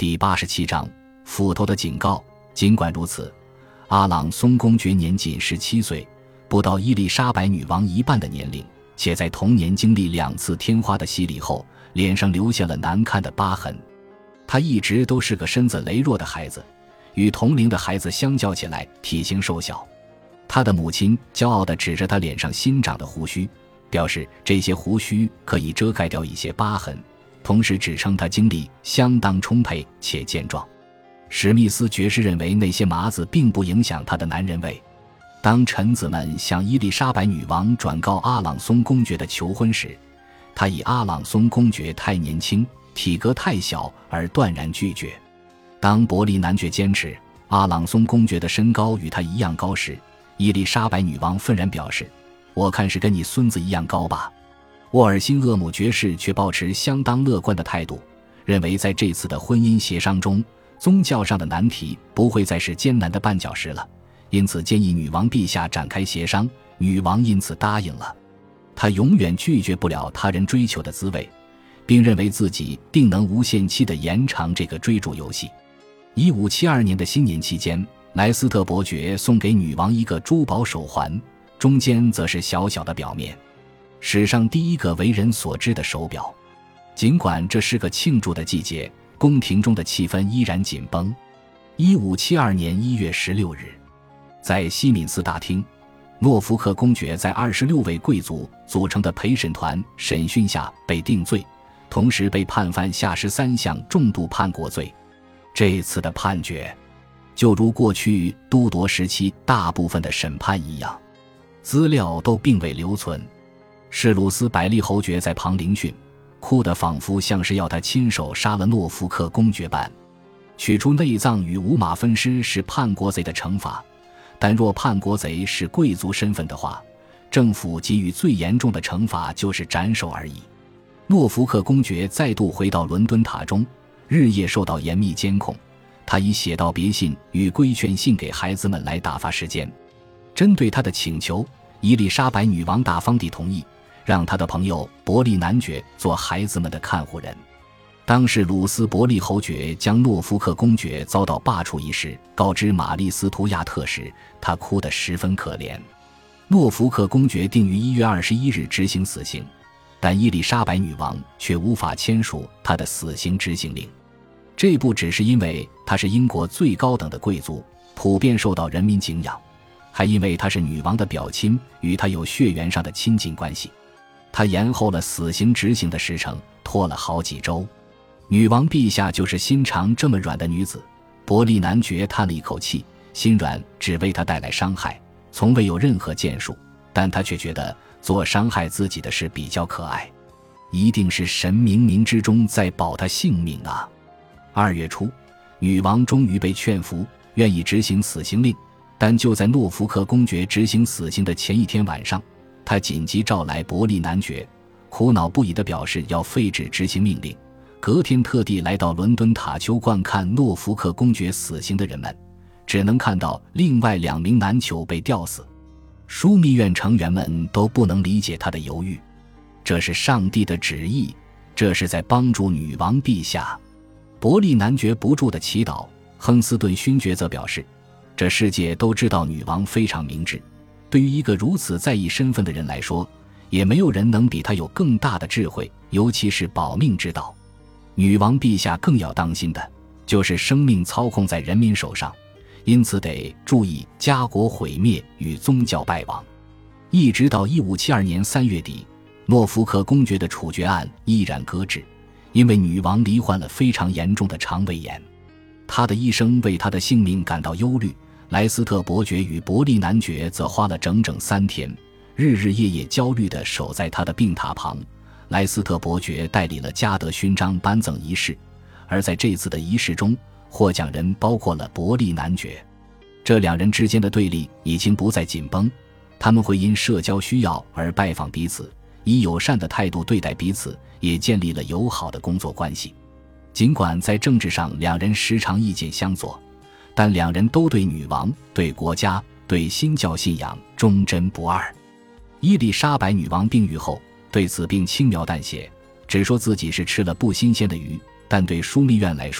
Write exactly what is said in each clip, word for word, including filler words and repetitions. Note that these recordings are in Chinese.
第八十七章斧头的警告。尽管如此，阿朗松公爵年仅十七岁，不到伊丽莎白女王一半的年龄，且在童年经历两次天花的洗礼后，脸上留下了难看的疤痕。他一直都是个身子羸弱的孩子，与同龄的孩子相较起来体型瘦小。他的母亲骄傲地指着他脸上新长的胡须，表示这些胡须可以遮盖掉一些疤痕，同时指称他精力相当充沛且健壮。史密斯爵士认为那些麻子并不影响他的男人味。当臣子们向伊丽莎白女王转告阿朗松公爵的求婚时，他以阿朗松公爵太年轻，体格太小而断然拒绝。当伯利男爵坚持阿朗松公爵的身高与他一样高时，伊丽莎白女王愤然表示，我看是跟你孙子一样高吧。沃尔辛厄姆爵士却抱持相当乐观的态度，认为在这次的婚姻协商中，宗教上的难题不会再是艰难的绊脚石了，因此建议女王陛下展开协商。女王因此答应了。她永远拒绝不了他人追求的滋味，并认为自己定能无限期地延长这个追逐游戏。一五七二年的新年期间，莱斯特伯爵送给女王一个珠宝手环，中间则是小小的表面，史上第一个为人所知的手表。尽管这是个庆祝的季节，宫廷中的气氛依然紧绷。一五七二年一月十六日，在西敏寺大厅，诺福克公爵在二十六位贵族组成的陪审团审讯下被定罪，同时被判犯下十三项重度叛国罪。这次的判决就如过去都铎时期大部分的审判一样，资料都并未留存。施鲁斯百利侯爵在旁聆讯，哭得仿佛像是要他亲手杀了诺福克公爵般。取出内脏与五马分尸是叛国贼的惩罚，但若叛国贼是贵族身份的话，政府给予最严重的惩罚就是斩首而已。诺福克公爵再度回到伦敦塔中，日夜受到严密监控，他以写道别信与规劝信给孩子们来打发时间。针对他的请求，伊丽莎白女王大方地同意，让他的朋友伯利男爵做孩子们的看护人。当时鲁斯伯利侯爵将诺福克公爵遭到罢黜一事告知玛丽斯图亚特时，他哭得十分可怜。诺福克公爵定于一月二十一日执行死刑，但伊丽莎白女王却无法签署他的死刑执行令。这不只是因为他是英国最高等的贵族，普遍受到人民敬仰，还因为他是女王的表亲，与他有血缘上的亲近关系。他延后了死刑执行的时程，拖了好几周。女王陛下就是心肠这么软的女子。伯利男爵叹了一口气，心软只为他带来伤害，从未有任何建树，但他却觉得做伤害自己的事比较可爱。一定是神冥冥之中在保他性命啊。二月初，女王终于被劝服，愿意执行死刑令，但就在诺福克公爵执行死刑的前一天晚上，他紧急召来伯利男爵，苦恼不已地表示要废止执行命令。隔天特地来到伦敦塔丘观看诺福克公爵死刑的人们，只能看到另外两名男囚被吊死。枢密院成员们都不能理解他的犹豫，这是上帝的旨意，这是在帮助女王陛下。伯利男爵不住地祈祷。亨斯顿勋爵则表示，这世界都知道女王非常明智，对于一个如此在意身份的人来说，也没有人能比他有更大的智慧，尤其是保命之道。女王陛下更要当心的就是生命操控在人民手上，因此得注意家国毁灭与宗教败亡。一直到一五七二年三月底，诺福克公爵的处决案依然搁置，因为女王罹患了非常严重的肠胃炎。她的医生为她的性命感到忧虑，莱斯特伯爵与伯利男爵则花了整整三天，日日夜夜焦虑地守在她的病榻旁。莱斯特伯爵代理了嘉德勋章颁赠仪式，而在这次的仪式中，获奖人包括了伯利男爵。这两人之间的对立已经不再紧绷，他们会因社交需要而拜访彼此，以友善的态度对待彼此，也建立了友好的工作关系。尽管在政治上两人时常意见相左，但两人都对女王、对国家、对新教信仰忠贞不二。伊丽莎白女王病愈后，对此并轻描淡写，只说自己是吃了不新鲜的鱼，但对枢密院来说，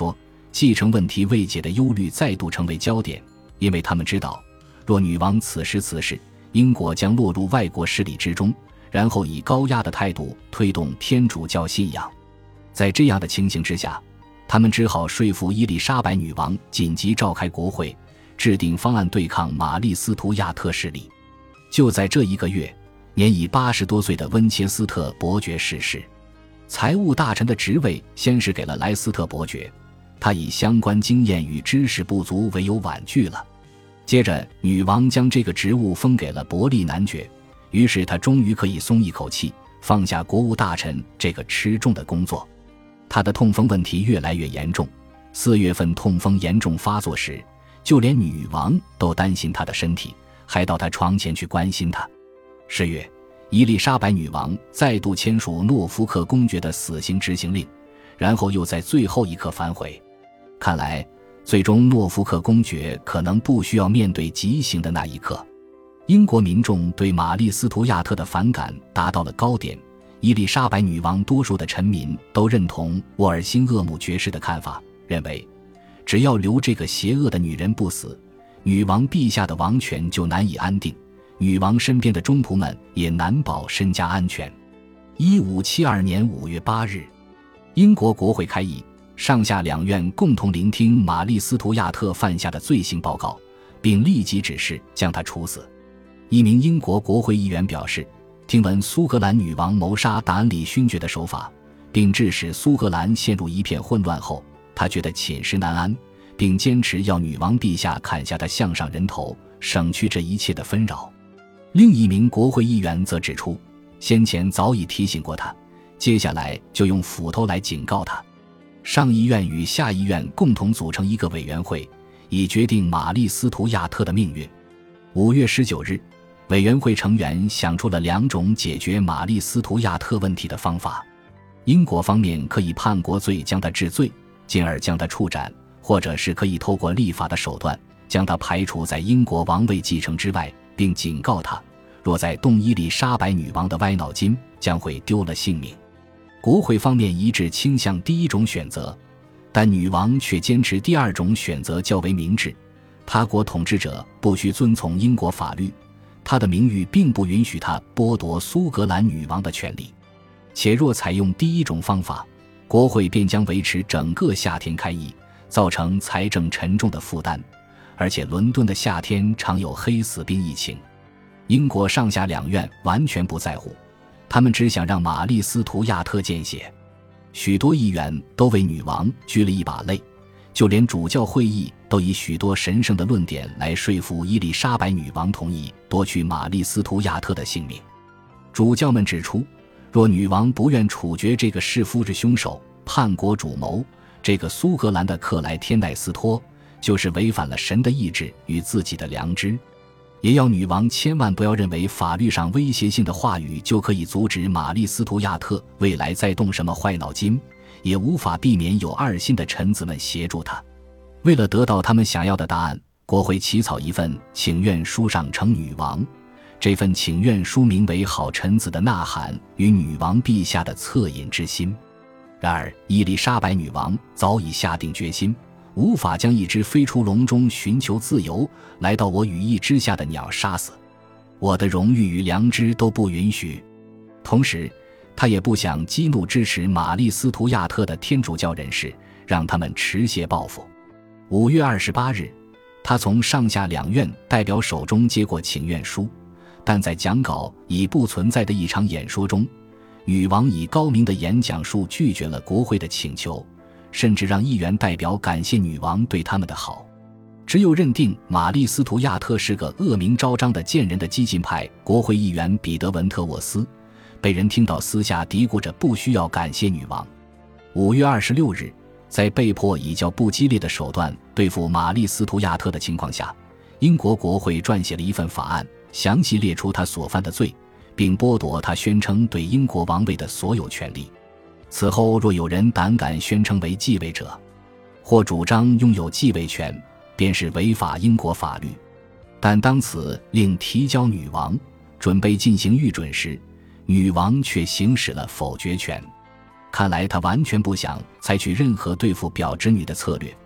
继承问题未解的忧虑再度成为焦点，因为他们知道，若女王此时此事，英国将落入外国势力之中，然后以高压的态度推动天主教信仰。在这样的情形之下，他们只好说服伊丽莎白女王紧急召开国会，制定方案对抗玛丽斯图亚特势力。就在这一个月，年已八十多岁的温切斯特伯爵逝世，财务大臣的职位先是给了莱斯特伯爵，他以相关经验与知识不足为由婉拒了。接着女王将这个职务封给了伯利男爵，于是他终于可以松一口气，放下国务大臣这个吃重的工作。他的痛风问题越来越严重，四月份痛风严重发作时，就连女王都担心他的身体，还到他床前去关心他。十月，伊丽莎白女王再度签署诺福克公爵的死刑执行令，然后又在最后一刻反悔。看来最终诺福克公爵可能不需要面对极刑的那一刻。英国民众对玛丽斯图亚特的反感达到了高点，伊丽莎白女王多数的臣民都认同沃尔辛厄姆爵士的看法，认为只要留这个邪恶的女人不死，女王陛下的王权就难以安定，女王身边的中仆们也难保身家安全。一五七二年五月八日，英国国会开议，上下两院共同聆听玛丽斯图亚特犯下的罪行报告，并立即指示将他处死。一名英国国会议员表示，听闻苏格兰女王谋杀达恩里勋爵的手法，并致使苏格兰陷入一片混乱后，他觉得寝食难安，并坚持要女王陛下砍下他项上人头，省去这一切的纷扰。另一名国会议员则指出，先前早已提醒过他，接下来就用斧头来警告他。上议院与下议院共同组成一个委员会，以决定玛丽斯图亚特的命运。五月十九日，委员会成员想出了两种解决玛丽斯图亚特问题的方法。英国方面可以判国罪将他治罪，进而将他处斩，或者是可以透过立法的手段将他排除在英国王位继承之外，并警告他，若再动伊丽莎白女王的歪脑筋，将会丢了性命。国会方面一致倾向第一种选择，但女王却坚持第二种选择较为明智。他国统治者不需遵从英国法律，他的名誉并不允许他剥夺苏格兰女王的权利。且若采用第一种方法，国会便将维持整个夏天开议，造成财政沉重的负担，而且伦敦的夏天常有黑死病疫情。英国上下两院完全不在乎，他们只想让玛丽斯图亚特见血。许多议员都为女王掬了一把泪，就连主教会议都以许多神圣的论点来说服伊丽莎白女王同意夺取玛丽斯图亚特的性命。主教们指出，若女王不愿处决这个弑夫之凶手，叛国主谋，这个苏格兰的克莱天奈斯托，就是违反了神的意志与自己的良知。也要女王千万不要认为法律上威胁性的话语就可以阻止玛丽斯图亚特未来再动什么坏脑筋，也无法避免有二心的臣子们协助他。为了得到他们想要的答案，国会起草一份请愿书上呈女王，这份请愿书名为《好臣子的呐喊与女王陛下的恻隐之心》。然而伊丽莎白女王早已下定决心，无法将一只飞出笼中寻求自由，来到我羽翼之下的鸟杀死，我的荣誉与良知都不允许。同时他也不想激怒支持玛丽斯图亚特的天主教人士，让他们持械报复。五月二十八日，他从上下两院代表手中接过请愿书，但在讲稿已不存在的一场演说中，女王以高明的演讲术拒绝了国会的请求，甚至让议员代表感谢女王对他们的好。只有认定玛丽斯图亚特是个恶名昭彰的贱人的激进派国会议员彼得文特沃斯，被人听到私下嘀咕着不需要感谢女王。五月二十六日，在被迫以较不激烈的手段对付玛丽斯图亚特的情况下，英国国会撰写了一份法案，详细列出他所犯的罪，并剥夺他宣称对英国王位的所有权利。此后若有人胆敢宣称为继位者，或主张拥有继位权，便是违法英国法律。但当此令提交女王，准备进行预准时，女王却行使了否决权。看来她完全不想采取任何对付表侄女的策略，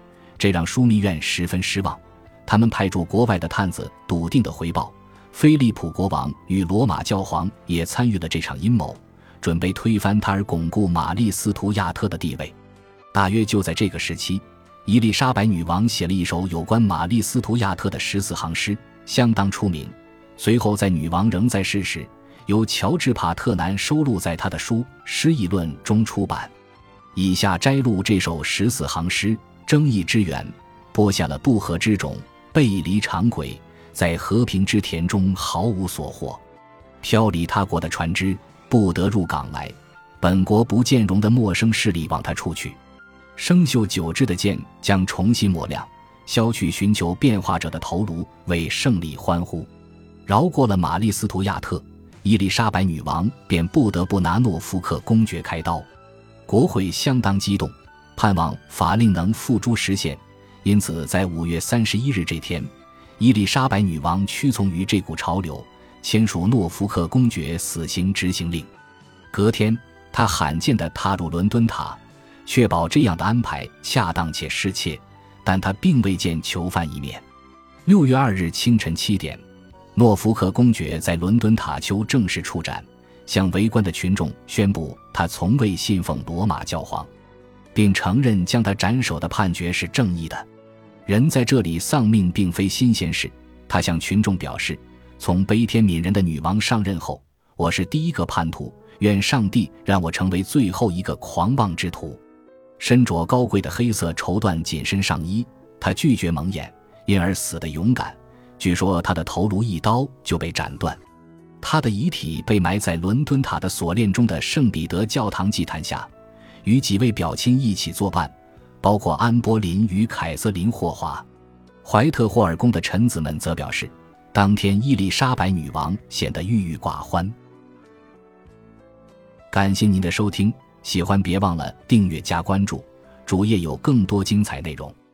这让枢密院十分失望。他们派驻国外的探子笃定地回报，菲利普国王与罗马教皇也参与了这场阴谋，准备推翻他而巩固玛丽斯图亚特的地位。大约就在这个时期，伊丽莎白女王写了一首有关玛丽斯图亚特的十四行诗，相当出名。随后在女王仍在世时，由乔治·帕特南收录在他的书《诗议论》中出版。以下摘录这首十四行诗：争议之源，播下了不和之种，背离常轨，在和平之田中毫无所获。飘离他国的船只不得入港来，本国不见容的陌生势力往他出去。生锈久滞的剑将重新磨亮，削去寻求变化者的头颅，为胜利欢呼。饶过了玛丽斯图亚特，伊丽莎白女王便不得不拿诺福克公爵开刀。国会相当激动，盼望法令能付诸实现，因此在五月三十一日这天，伊丽莎白女王屈从于这股潮流，签署诺福克公爵死刑执行令。隔天，她罕见地踏入伦敦塔，确保这样的安排恰当且适切，但她并未见囚犯一面。六月二日清晨七点，诺福克公爵在伦敦塔丘正式出斩，向围观的群众宣布他从未信奉罗马教皇，并承认将他斩首的判决是正义的。人在这里丧命并非新鲜事，他向群众表示，从悲天悯人的女王上任后，我是第一个叛徒，愿上帝让我成为最后一个狂妄之徒。身着高贵的黑色绸缎紧身上衣，他拒绝蒙眼，因而死得勇敢。据说他的头颅一刀就被斩断。他的遗体被埋在伦敦塔的锁链中的圣彼得教堂祭坛下，与几位表亲一起作伴，包括安波林与凯瑟琳·霍华。怀特霍尔宫的臣子们则表示，当天伊丽莎白女王显得郁郁寡欢。感谢您的收听，喜欢别忘了订阅加关注，主页有更多精彩内容。